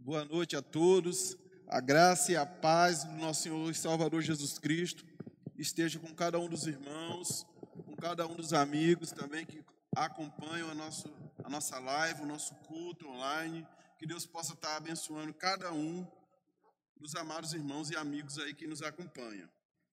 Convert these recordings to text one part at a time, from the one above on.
Boa noite a todos. A graça e a paz do nosso Senhor e Salvador Jesus Cristo esteja com cada um dos irmãos, com cada um dos amigos também que acompanham a nossa live, o nosso culto online. Que Deus possa estar abençoando cada um dos amados irmãos e amigos aí que nos acompanham.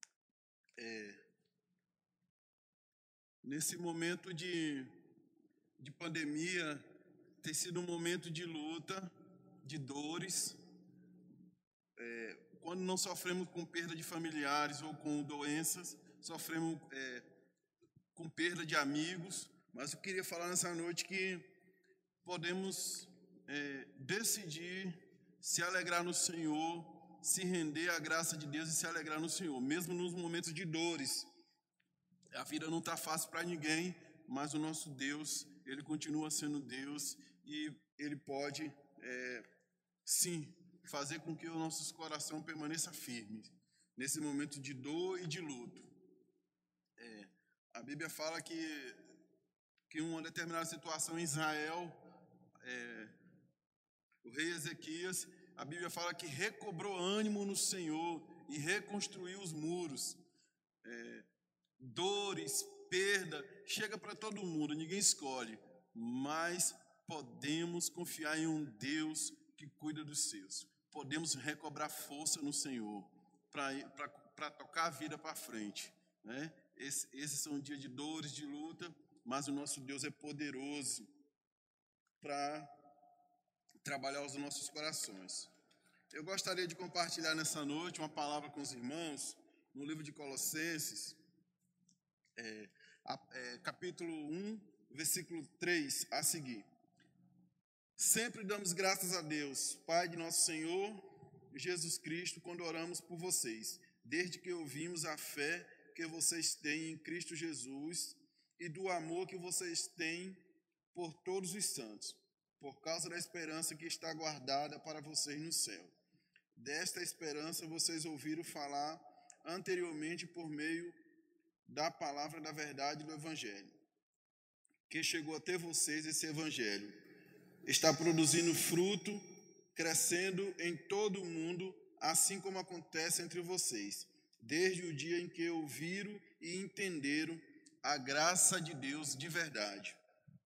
Nesse momento de pandemia, tem sido um momento de luta, de dores. Quando não sofremos com perda de familiares ou com doenças, sofremos com perda de amigos. Mas eu queria falar nessa noite que podemos decidir se alegrar no Senhor, se render à graça de Deus e se alegrar no Senhor, mesmo nos momentos de dores. A vida não está fácil para ninguém, mas o nosso Deus, Ele continua sendo Deus e Ele pode, sim, fazer com que o nosso coração permaneça firme nesse momento de dor e de luto. A Bíblia fala que em uma determinada situação em Israel, o rei Ezequias, a Bíblia fala que recobrou ânimo no Senhor e reconstruiu os muros. Dores, perda, chega para todo mundo, ninguém escolhe, mas podemos confiar em um Deus que cuida dos seus. Podemos recobrar força no Senhor para tocar a vida para frente, né? Esses são dias de dores, de luta, mas o nosso Deus é poderoso para trabalhar os nossos corações. Eu gostaria de compartilhar nessa noite uma palavra com os irmãos no livro de Colossenses, capítulo 1, versículo 3 a seguir. Sempre damos graças a Deus, Pai de nosso Senhor Jesus Cristo, quando oramos por vocês, desde que ouvimos a fé que vocês têm em Cristo Jesus e do amor que vocês têm por todos os santos, por causa da esperança que está guardada para vocês no céu. Desta esperança vocês ouviram falar anteriormente por meio da palavra da verdade do Evangelho, que chegou até vocês. Esse Evangelho está produzindo fruto, crescendo em todo o mundo, assim como acontece entre vocês, desde o dia em que ouviram e entenderam a graça de Deus de verdade.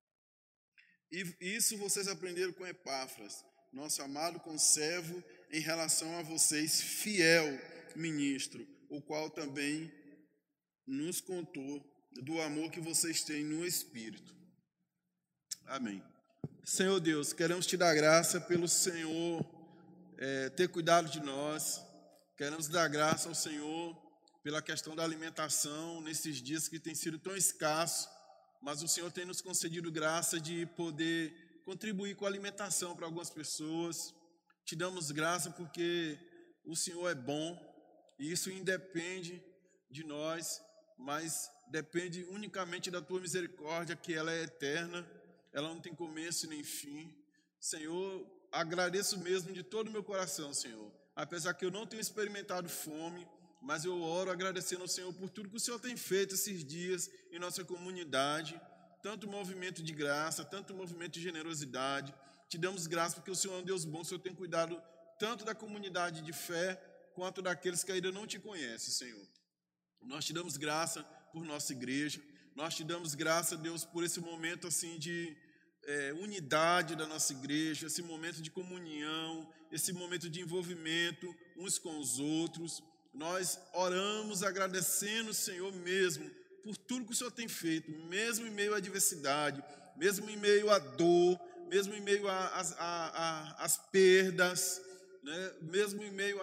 E isso vocês aprenderam com Epáfras, nosso amado conservo, em relação a vocês, fiel ministro, o qual também nos contou do amor que vocês têm no Espírito. Amém. Senhor Deus, queremos te dar graça pelo Senhor ter cuidado de nós. Queremos dar graça ao Senhor pela questão da alimentação nesses dias que tem sido tão escasso, mas o Senhor tem nos concedido graça de poder contribuir com a alimentação para algumas pessoas. Te damos graça porque o Senhor é bom e isso independe de nós, mas depende unicamente da tua misericórdia, que ela é eterna, ela não tem começo nem fim. Senhor, agradeço mesmo de todo o meu coração, Senhor, apesar que eu não tenho experimentado fome, mas eu oro agradecendo ao Senhor por tudo que o Senhor tem feito esses dias em nossa comunidade, tanto movimento de graça, tanto movimento de generosidade. Te damos graça porque o Senhor é um Deus bom, o Senhor tem cuidado tanto da comunidade de fé, quanto daqueles que ainda não te conhecem, Senhor. Nós te damos graça por nossa igreja, nós te damos graça, Deus, por esse momento assim de unidade da nossa igreja, esse momento de comunhão, esse momento de envolvimento uns com os outros. Nós oramos agradecendo o Senhor mesmo por tudo que o Senhor tem feito, mesmo em meio à adversidade, mesmo em meio à dor, mesmo em meio às perdas, né? Mesmo em meio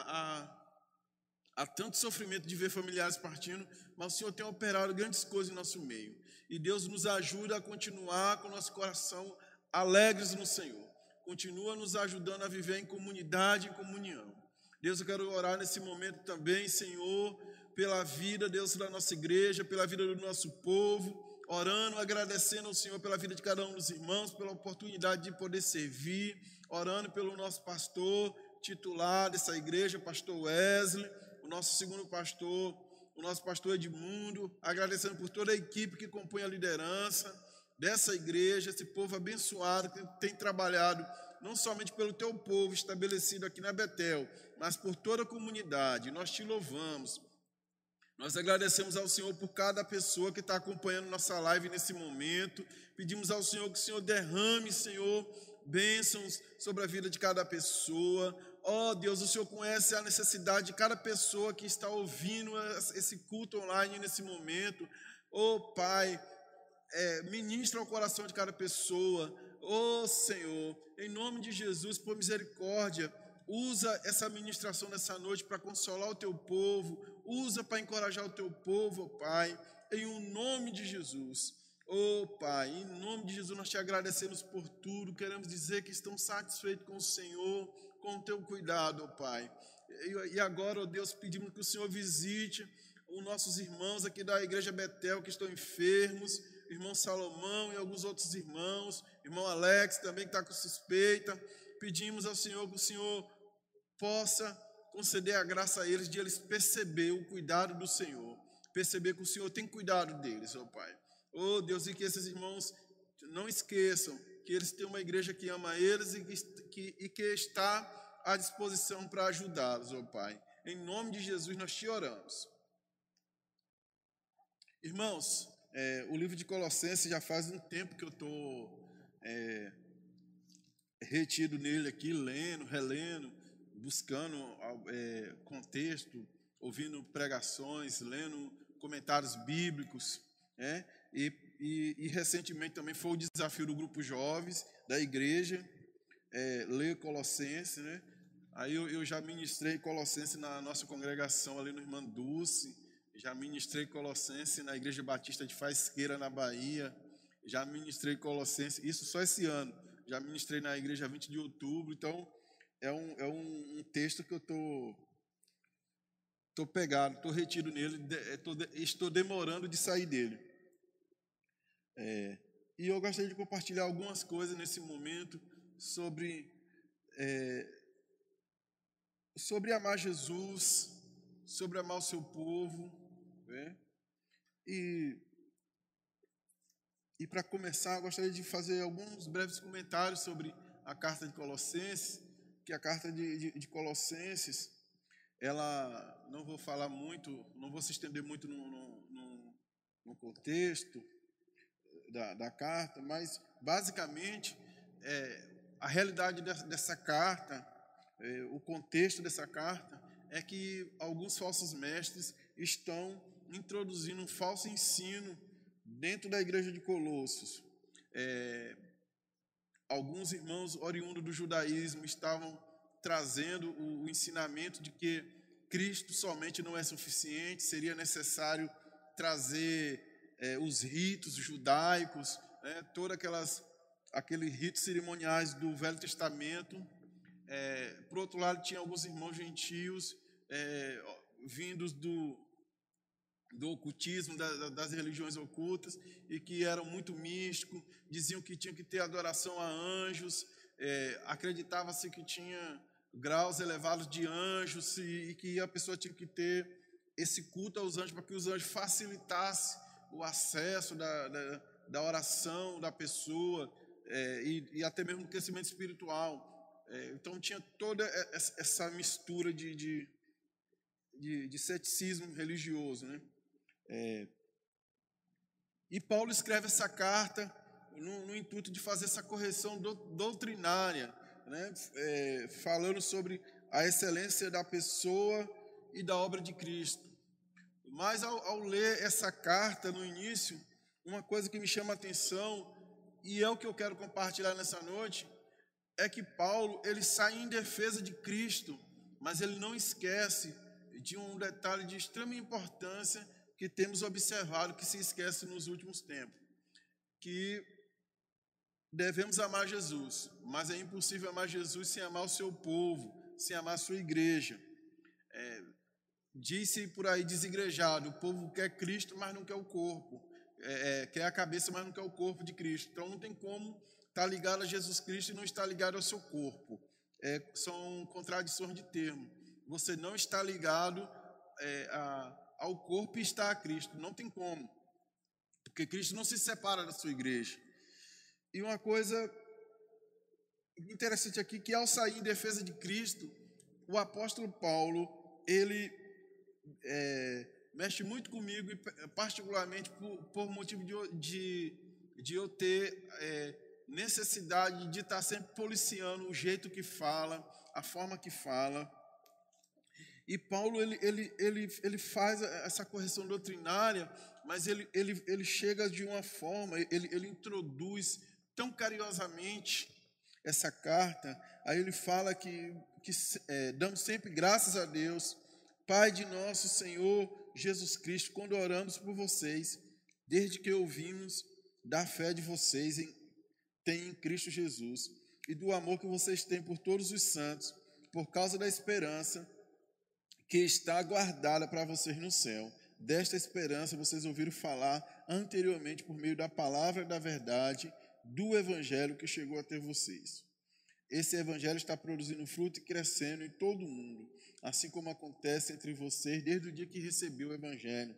a tanto sofrimento de ver familiares partindo, mas o Senhor tem operado grandes coisas em nosso meio. E Deus nos ajuda a continuar com o nosso coração alegres no Senhor. Continua nos ajudando a viver em comunidade e em comunhão. Deus, eu quero orar nesse momento também, Senhor, pela vida, Deus, da nossa igreja, pela vida do nosso povo, orando, agradecendo ao Senhor pela vida de cada um dos irmãos, pela oportunidade de poder servir, orando pelo nosso pastor titular dessa igreja, pastor Wesley, o nosso segundo pastor, o nosso pastor Edmundo, agradecendo por toda a equipe que compõe a liderança dessa igreja, esse povo abençoado que tem trabalhado não somente pelo teu povo estabelecido aqui na Betel, mas por toda a comunidade. Nós te louvamos. Nós agradecemos ao Senhor por cada pessoa que está acompanhando nossa live nesse momento. Pedimos ao Senhor que o Senhor derrame, Senhor, bênçãos sobre a vida de cada pessoa. Ó Deus, o Senhor conhece a necessidade de cada pessoa que está ouvindo esse culto online nesse momento. Ó Pai, ministra ao coração de cada pessoa. Ó Senhor, em nome de Jesus, por misericórdia, usa essa ministração nessa noite para consolar o teu povo, usa para encorajar o teu povo, ó Pai, em o nome de Jesus. Ó Pai, em nome de Jesus nós te agradecemos por tudo, queremos dizer que estamos satisfeitos com o Senhor, com o teu cuidado, ó Pai. E agora, ó Deus, pedimos que o Senhor visite os nossos irmãos aqui da Igreja Betel que estão enfermos, irmão Salomão e alguns outros irmãos, irmão Alex também que está com suspeita. Pedimos ao Senhor que o Senhor possa conceder a graça a eles de eles perceber o cuidado do Senhor, perceber que o Senhor tem cuidado deles, ó Pai. Ó Deus, e que esses irmãos não esqueçam que eles têm uma igreja que ama eles e que está à disposição para ajudá-los, ó Pai. Em nome de Jesus nós te oramos. Irmãos, o livro de Colossenses já faz um tempo que eu estou retido nele aqui, lendo, relendo, buscando contexto, ouvindo pregações, lendo comentários bíblicos, né? E recentemente também foi o desafio do grupo Jovens da igreja, ler Colossenses, né? Aí eu já ministrei Colossenses na nossa congregação ali no Irmã Dulce, já ministrei Colossenses na Igreja Batista de Faisqueira, na Bahia, já ministrei Colossenses, isso só esse ano, já ministrei na Igreja 20 de outubro, então é um texto que eu estou pegado, estou retido nele, estou demorando de sair dele. E eu gostaria de compartilhar algumas coisas nesse momento sobre amar Jesus, sobre amar o seu povo, né? E para começar, eu gostaria de fazer alguns breves comentários sobre a carta de Colossenses, que a carta de Colossenses, ela, não vou falar muito, não vou se estender muito no contexto da carta, mas basicamente a realidade dessa carta, o contexto dessa carta é que alguns falsos mestres estão introduzindo um falso ensino dentro da igreja de Colossos. Alguns irmãos oriundos do judaísmo estavam trazendo o ensinamento de que Cristo somente não é suficiente, seria necessário trazer os ritos judaicos, né, todos aqueles ritos cerimoniais do Velho Testamento. Por outro lado, tinha alguns irmãos gentios vindos do ocultismo, das religiões ocultas, e que eram muito místicos, diziam que tinha que ter adoração a anjos, acreditava-se que tinha graus elevados de anjos e que a pessoa tinha que ter esse culto aos anjos para que os anjos facilitassem o acesso da oração da pessoa e até mesmo do crescimento espiritual. Então tinha toda essa mistura de ceticismo religioso, né? E Paulo escreve essa carta no intuito de fazer essa correção doutrinária, né? Falando sobre a excelência da pessoa e da obra de Cristo. Mas ao ler essa carta no início, uma coisa que me chama a atenção, e é o que eu quero compartilhar nessa noite, é que Paulo ele sai em defesa de Cristo, mas ele não esquece de um detalhe de extrema importância que temos observado que se esquece nos últimos tempos, que devemos amar Jesus, mas é impossível amar Jesus sem amar o seu povo, sem amar a sua igreja. Disse por aí desigrejado, o povo quer Cristo, mas não quer o corpo, quer a cabeça, mas não quer o corpo de Cristo. Então não tem como estar ligado a Jesus Cristo e não estar ligado ao seu corpo. São contradições de termo. Você não está ligado ao corpo e está a Cristo. Não tem como, porque Cristo não se separa da sua igreja. E uma coisa Interessante aqui que ao sair em defesa de Cristo, o apóstolo Paulo, ele mexe muito comigo, e particularmente por motivo de eu ter necessidade de estar sempre policiando o jeito que fala, a forma que fala. E Paulo, ele faz essa correção doutrinária, mas ele chega de uma forma, ele introduz tão carinhosamente essa carta. Aí ele fala que damos sempre graças a Deus, Pai de nosso Senhor Jesus Cristo, quando oramos por vocês, desde que ouvimos da fé de vocês em Cristo Jesus, e do amor que vocês têm por todos os santos, por causa da esperança que está guardada para vocês no céu. Desta esperança vocês ouviram falar anteriormente por meio da palavra da verdade, do evangelho que chegou até vocês. Esse evangelho está produzindo fruto e crescendo em todo o mundo, assim como acontece entre vocês desde o dia que recebeu o evangelho.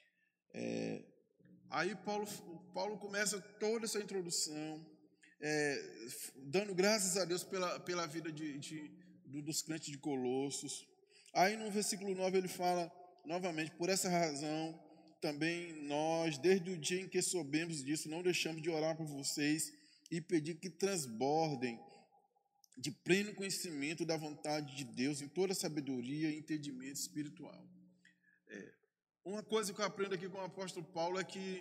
Aí Paulo começa toda essa introdução, dando graças a Deus pela vida dos crentes de Colossos. Aí no versículo 9 ele fala novamente: por essa razão também nós, desde o dia em que soubemos disso, não deixamos de orar por vocês e pedir que transbordem de pleno conhecimento da vontade de Deus em toda sabedoria e entendimento espiritual. Uma coisa que eu aprendo aqui com o apóstolo Paulo é que,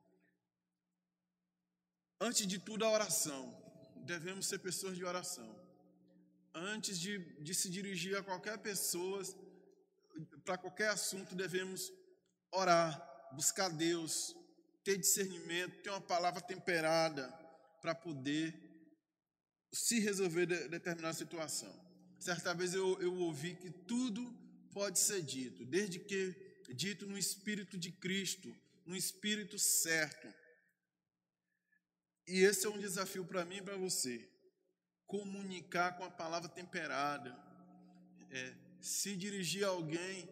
antes de tudo, a oração. Devemos ser pessoas de oração. Antes de se dirigir a qualquer pessoa, para qualquer assunto, devemos orar, buscar Deus, ter discernimento, ter uma palavra temperada para poder se resolver determinada situação. Certa vez eu ouvi que tudo pode ser dito, desde que dito no Espírito de Cristo, no Espírito certo. E esse é um desafio para mim e para você. Comunicar com a palavra temperada, se dirigir a alguém,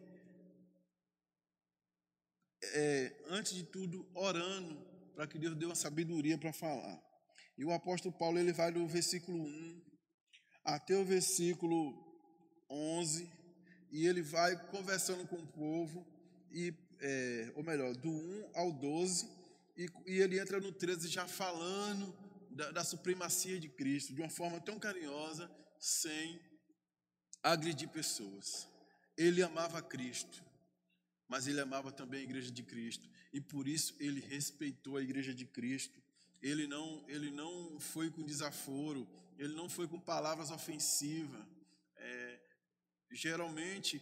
antes de tudo, orando, para que Deus dê uma sabedoria para falar. E o apóstolo Paulo, ele vai do versículo 1 até o versículo 11, e ele vai conversando com o povo, ou melhor, do 1 ao 12, e ele entra no 13 já falando da supremacia de Cristo, de uma forma tão carinhosa, sem agredir pessoas. Ele amava Cristo, mas ele amava também a igreja de Cristo, e por isso ele respeitou a igreja de Cristo. Ele não foi com desaforo, ele não foi com palavras ofensivas. Geralmente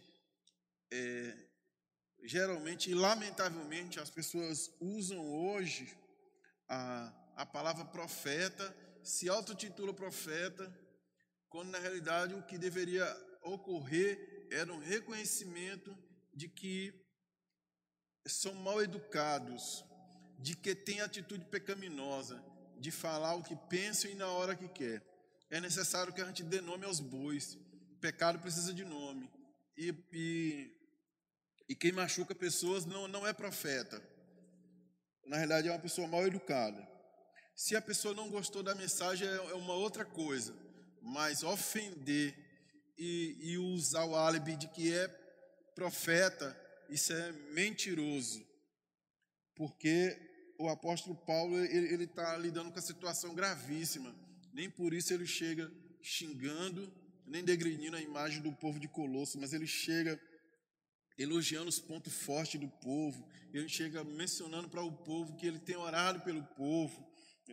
e lamentavelmente, as pessoas usam hoje a palavra profeta, se autotitula profeta, quando na realidade o que deveria ocorrer era um reconhecimento de que são mal educados, de que têm atitude pecaminosa, de falar o que pensam e na hora que quer. É necessário que a gente dê nome aos bois. Pecado precisa de nome. E quem machuca pessoas não é profeta. Na realidade, é uma pessoa mal educada. Se a pessoa não gostou da mensagem, é uma outra coisa. Mas ofender e usar o álibi de que é profeta, isso é mentiroso. Porque o apóstolo Paulo, ele está lidando com a situação gravíssima. Nem por isso ele chega xingando, nem degredindo a imagem do povo de Colosso, mas ele chega elogiando os pontos fortes do povo. Ele chega mencionando para o povo que ele tem orado pelo povo.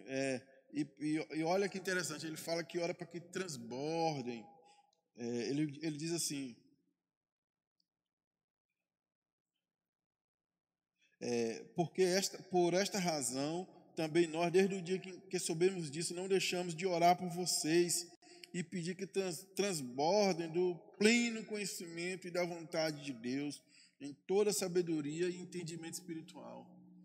E olha que interessante, ele fala que ora para que transbordem. Ele diz assim: por esta razão, também nós, desde o dia que soubemos disso, não deixamos de orar por vocês e pedir que transbordem do pleno conhecimento e da vontade de Deus, em toda sabedoria e entendimento espiritual.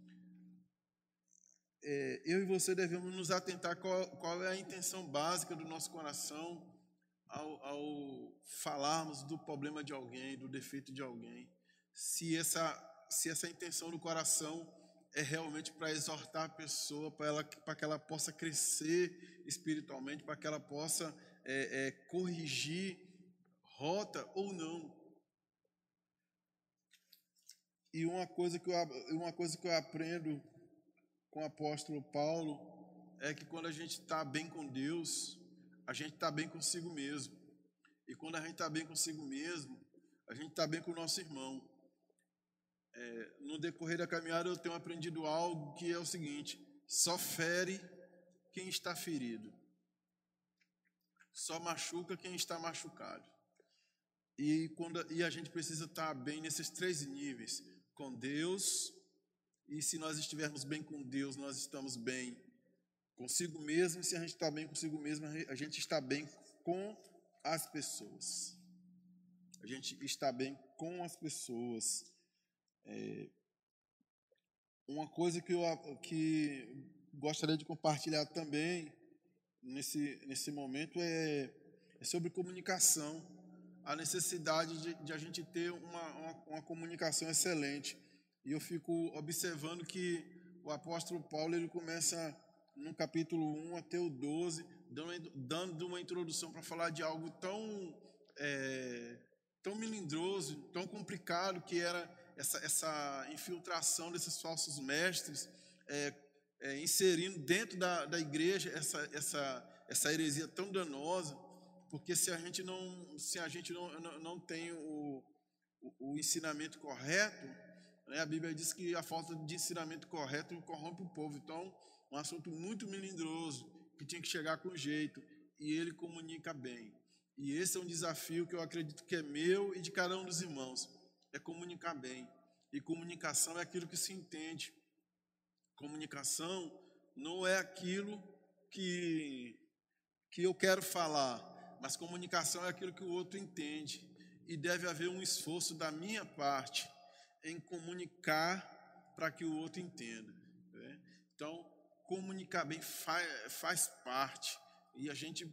Eu e você devemos nos atentar qual é a intenção básica do nosso coração ao falarmos do problema de alguém, do defeito de alguém. Se essa intenção do coração é realmente para exortar a pessoa, para que ela possa crescer espiritualmente, para que ela possa corrigir rota ou não. E uma coisa que eu aprendo com o apóstolo Paulo é que quando a gente está bem com Deus, a gente está bem consigo mesmo. E quando a gente está bem consigo mesmo, a gente está bem com o nosso irmão. No decorrer da caminhada eu tenho aprendido algo que é o seguinte: só fere quem está ferido, só machuca quem está machucado. E a gente precisa estar bem nesses 3 níveis, com Deus, e se nós estivermos bem com Deus, nós estamos bem consigo mesmo, e se a gente está bem consigo mesmo, a gente está bem com as pessoas. A gente está bem com as pessoas. Uma coisa que gostaria de compartilhar também nesse momento é sobre comunicação. A necessidade de a gente ter uma comunicação excelente. E eu fico observando que o apóstolo Paulo, ele começa no capítulo 1 até o 12, dando uma introdução para falar de algo tão melindroso, tão complicado, que era essa infiltração desses falsos mestres, inserindo dentro da igreja essa heresia tão danosa, porque se a gente não tem o ensinamento correto, né, a Bíblia diz que a falta de ensinamento correto corrompe o povo. Então, um assunto muito melindroso, que tinha que chegar com jeito, e ele comunica bem. E esse é um desafio que eu acredito que é meu e de cada um dos irmãos, é comunicar bem. E comunicação é aquilo que se entende. Comunicação não é aquilo que eu quero falar, mas comunicação é aquilo que o outro entende. E deve haver um esforço da minha parte em comunicar para que o outro entenda, né? Então, comunicar bem faz parte. E a gente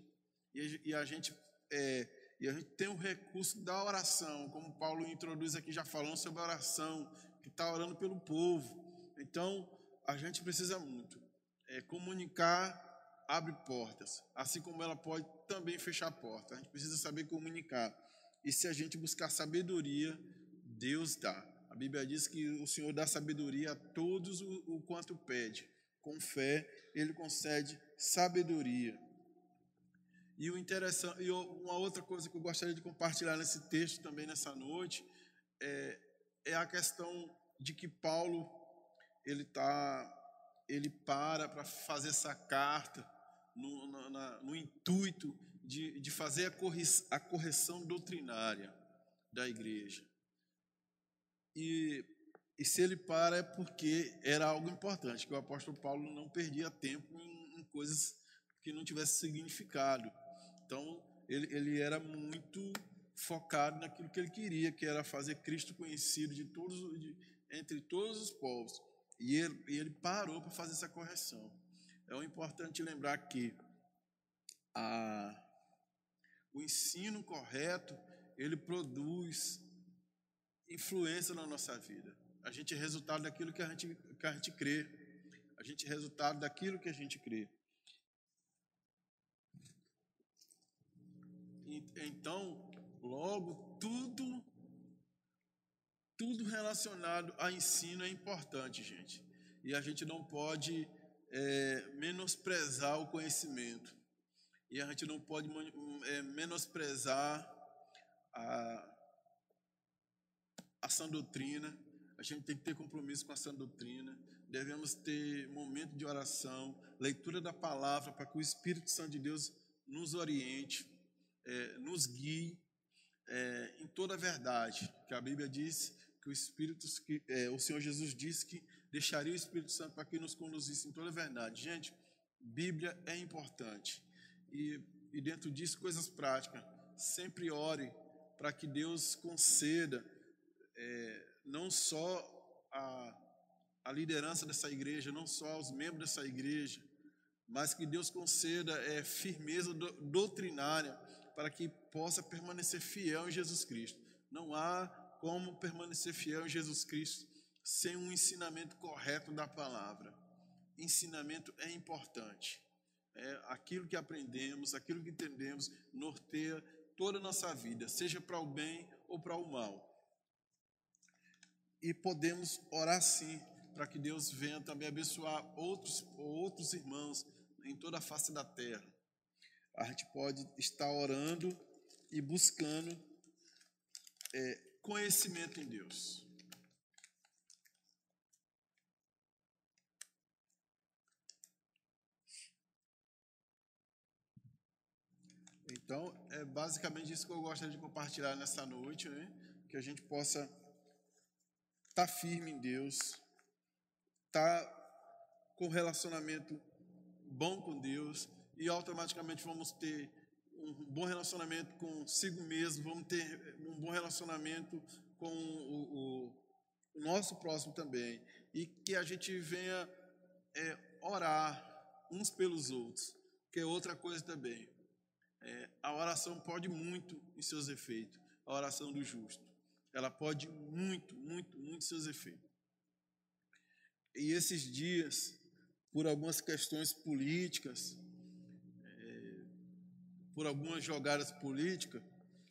tem o recurso da oração, como Paulo introduz aqui, já falando sobre a oração, que está orando pelo povo. Então, a gente precisa muito. Comunicar abre portas, assim como ela pode também fechar portas. A gente precisa saber comunicar. E se a gente buscar sabedoria, Deus dá. A Bíblia diz que o Senhor dá sabedoria a todos o quanto pede. Com fé, Ele concede sabedoria. E uma outra coisa que eu gostaria de compartilhar nesse texto também nessa noite é a questão de que Paulo ele para fazer essa carta no intuito de fazer a correção doutrinária da igreja. E se ele para é porque era algo importante, que o apóstolo Paulo não perdia tempo em coisas que não tivessem significado. Então, ele era muito focado naquilo que ele queria, que era fazer Cristo conhecido entre todos os povos. E ele parou para fazer essa correção. É importante lembrar que o ensino correto, ele produz influência na nossa vida. A gente é resultado daquilo que a gente crê. A gente é resultado daquilo que a gente crê. Então, logo, tudo relacionado a ensino é importante, gente. E a gente não pode menosprezar o conhecimento. E a gente não pode menosprezar a sã doutrina. A gente tem que ter compromisso com a sã doutrina. Devemos ter momento de oração, leitura da palavra, para que o Espírito Santo de Deus nos oriente, nos guie em toda a verdade. Que a Bíblia diz que o Senhor Jesus disse que deixaria o Espírito Santo para que nos conduzisse em toda a verdade. Gente, Bíblia é importante. E dentro disso, coisas práticas. Sempre ore para que Deus conceda não só a liderança dessa igreja, não só aos membros dessa igreja, mas que Deus conceda firmeza doutrinária para que possa permanecer fiel em Jesus Cristo. Não há como permanecer fiel em Jesus Cristo sem um ensinamento correto da palavra. Ensinamento é importante. Aquilo que aprendemos, aquilo que entendemos, norteia toda a nossa vida, seja para o bem ou para o mal. E podemos orar sim, para que Deus venha também abençoar outros irmãos em toda a face da terra. A gente pode estar orando e buscando conhecimento em Deus. Então, é basicamente isso que eu gostaria de compartilhar nessa noite, né? Que a gente possa estar firme em Deus, estar com relacionamento bom com Deus, e automaticamente vamos ter um bom relacionamento consigo mesmo, vamos ter um bom relacionamento com o nosso próximo também, e que a gente venha orar uns pelos outros, que é outra coisa também. A oração pode muito em seus efeitos, a oração do justo. Ela pode muito, muito, muito seus efeitos. E esses dias, por algumas questões políticas, por algumas jogadas políticas,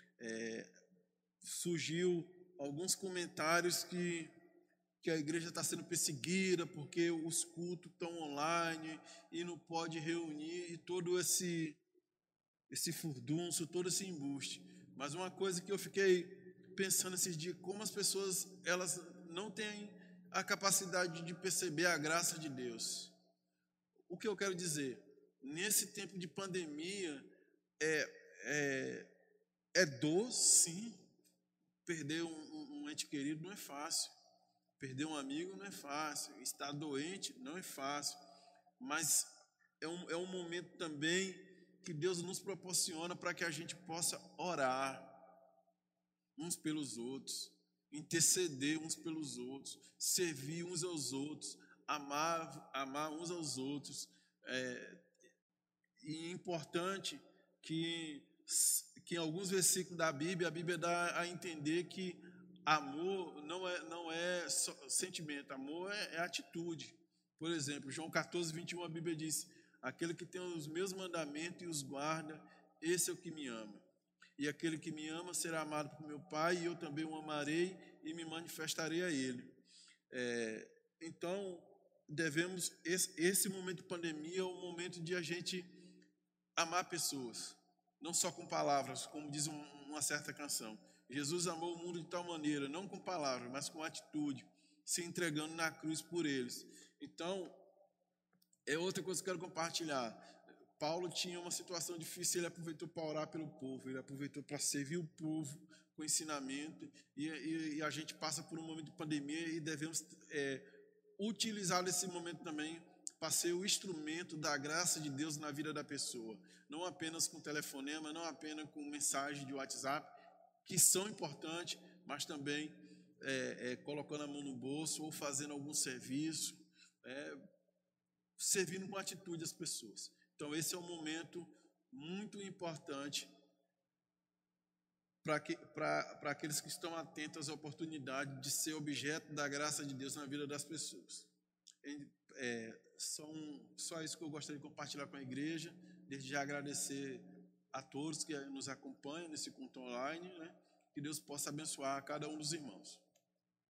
surgiu alguns comentários que a igreja está sendo perseguida porque os cultos estão online e não pode reunir, e todo esse furdunço, todo esse embuste. Mas uma coisa que eu fiquei pensando esses dias, como as pessoas elas não têm a capacidade de perceber a graça de Deus. O que eu quero dizer? Nesse tempo de pandemia, é dor, sim. Perder um ente querido não é fácil. Perder um amigo não é fácil. Estar doente não é fácil. Mas é um momento também que Deus nos proporciona para que a gente possa orar uns pelos outros, interceder uns pelos outros, servir uns aos outros, amar uns aos outros. E é importante que em alguns versículos da Bíblia, a Bíblia dá a entender que amor não é só sentimento, amor é atitude. Por exemplo, João 14:21, a Bíblia diz: aquele que tem os meus mandamentos e os guarda, esse é o que me ama. E aquele que me ama será amado por meu Pai, e eu também o amarei e me manifestarei a ele. Então, devemos, esse momento de pandemia é um momento de a gente amar pessoas, não só com palavras, como diz uma certa canção. Jesus amou o mundo de tal maneira, não com palavras, mas com atitude, se entregando na cruz por eles. Então, é outra coisa que eu quero compartilhar. Paulo tinha uma situação difícil, ele aproveitou para orar pelo povo, ele aproveitou para servir o povo com ensinamento, e a gente passa por um momento de pandemia e devemos utilizar esse momento também para ser o instrumento da graça de Deus na vida da pessoa, não apenas com telefonema, não apenas com mensagem de WhatsApp, que são importantes, mas também colocando a mão no bolso ou fazendo algum serviço, servindo com atitude as pessoas. Então esse é um momento muito importante para aqueles que estão atentos às oportunidades de ser objeto da graça de Deus na vida das pessoas. Só isso que eu gostaria de compartilhar com a igreja. Desde já agradecer a todos que nos acompanham nesse culto online, né? Que Deus possa abençoar a cada um dos irmãos.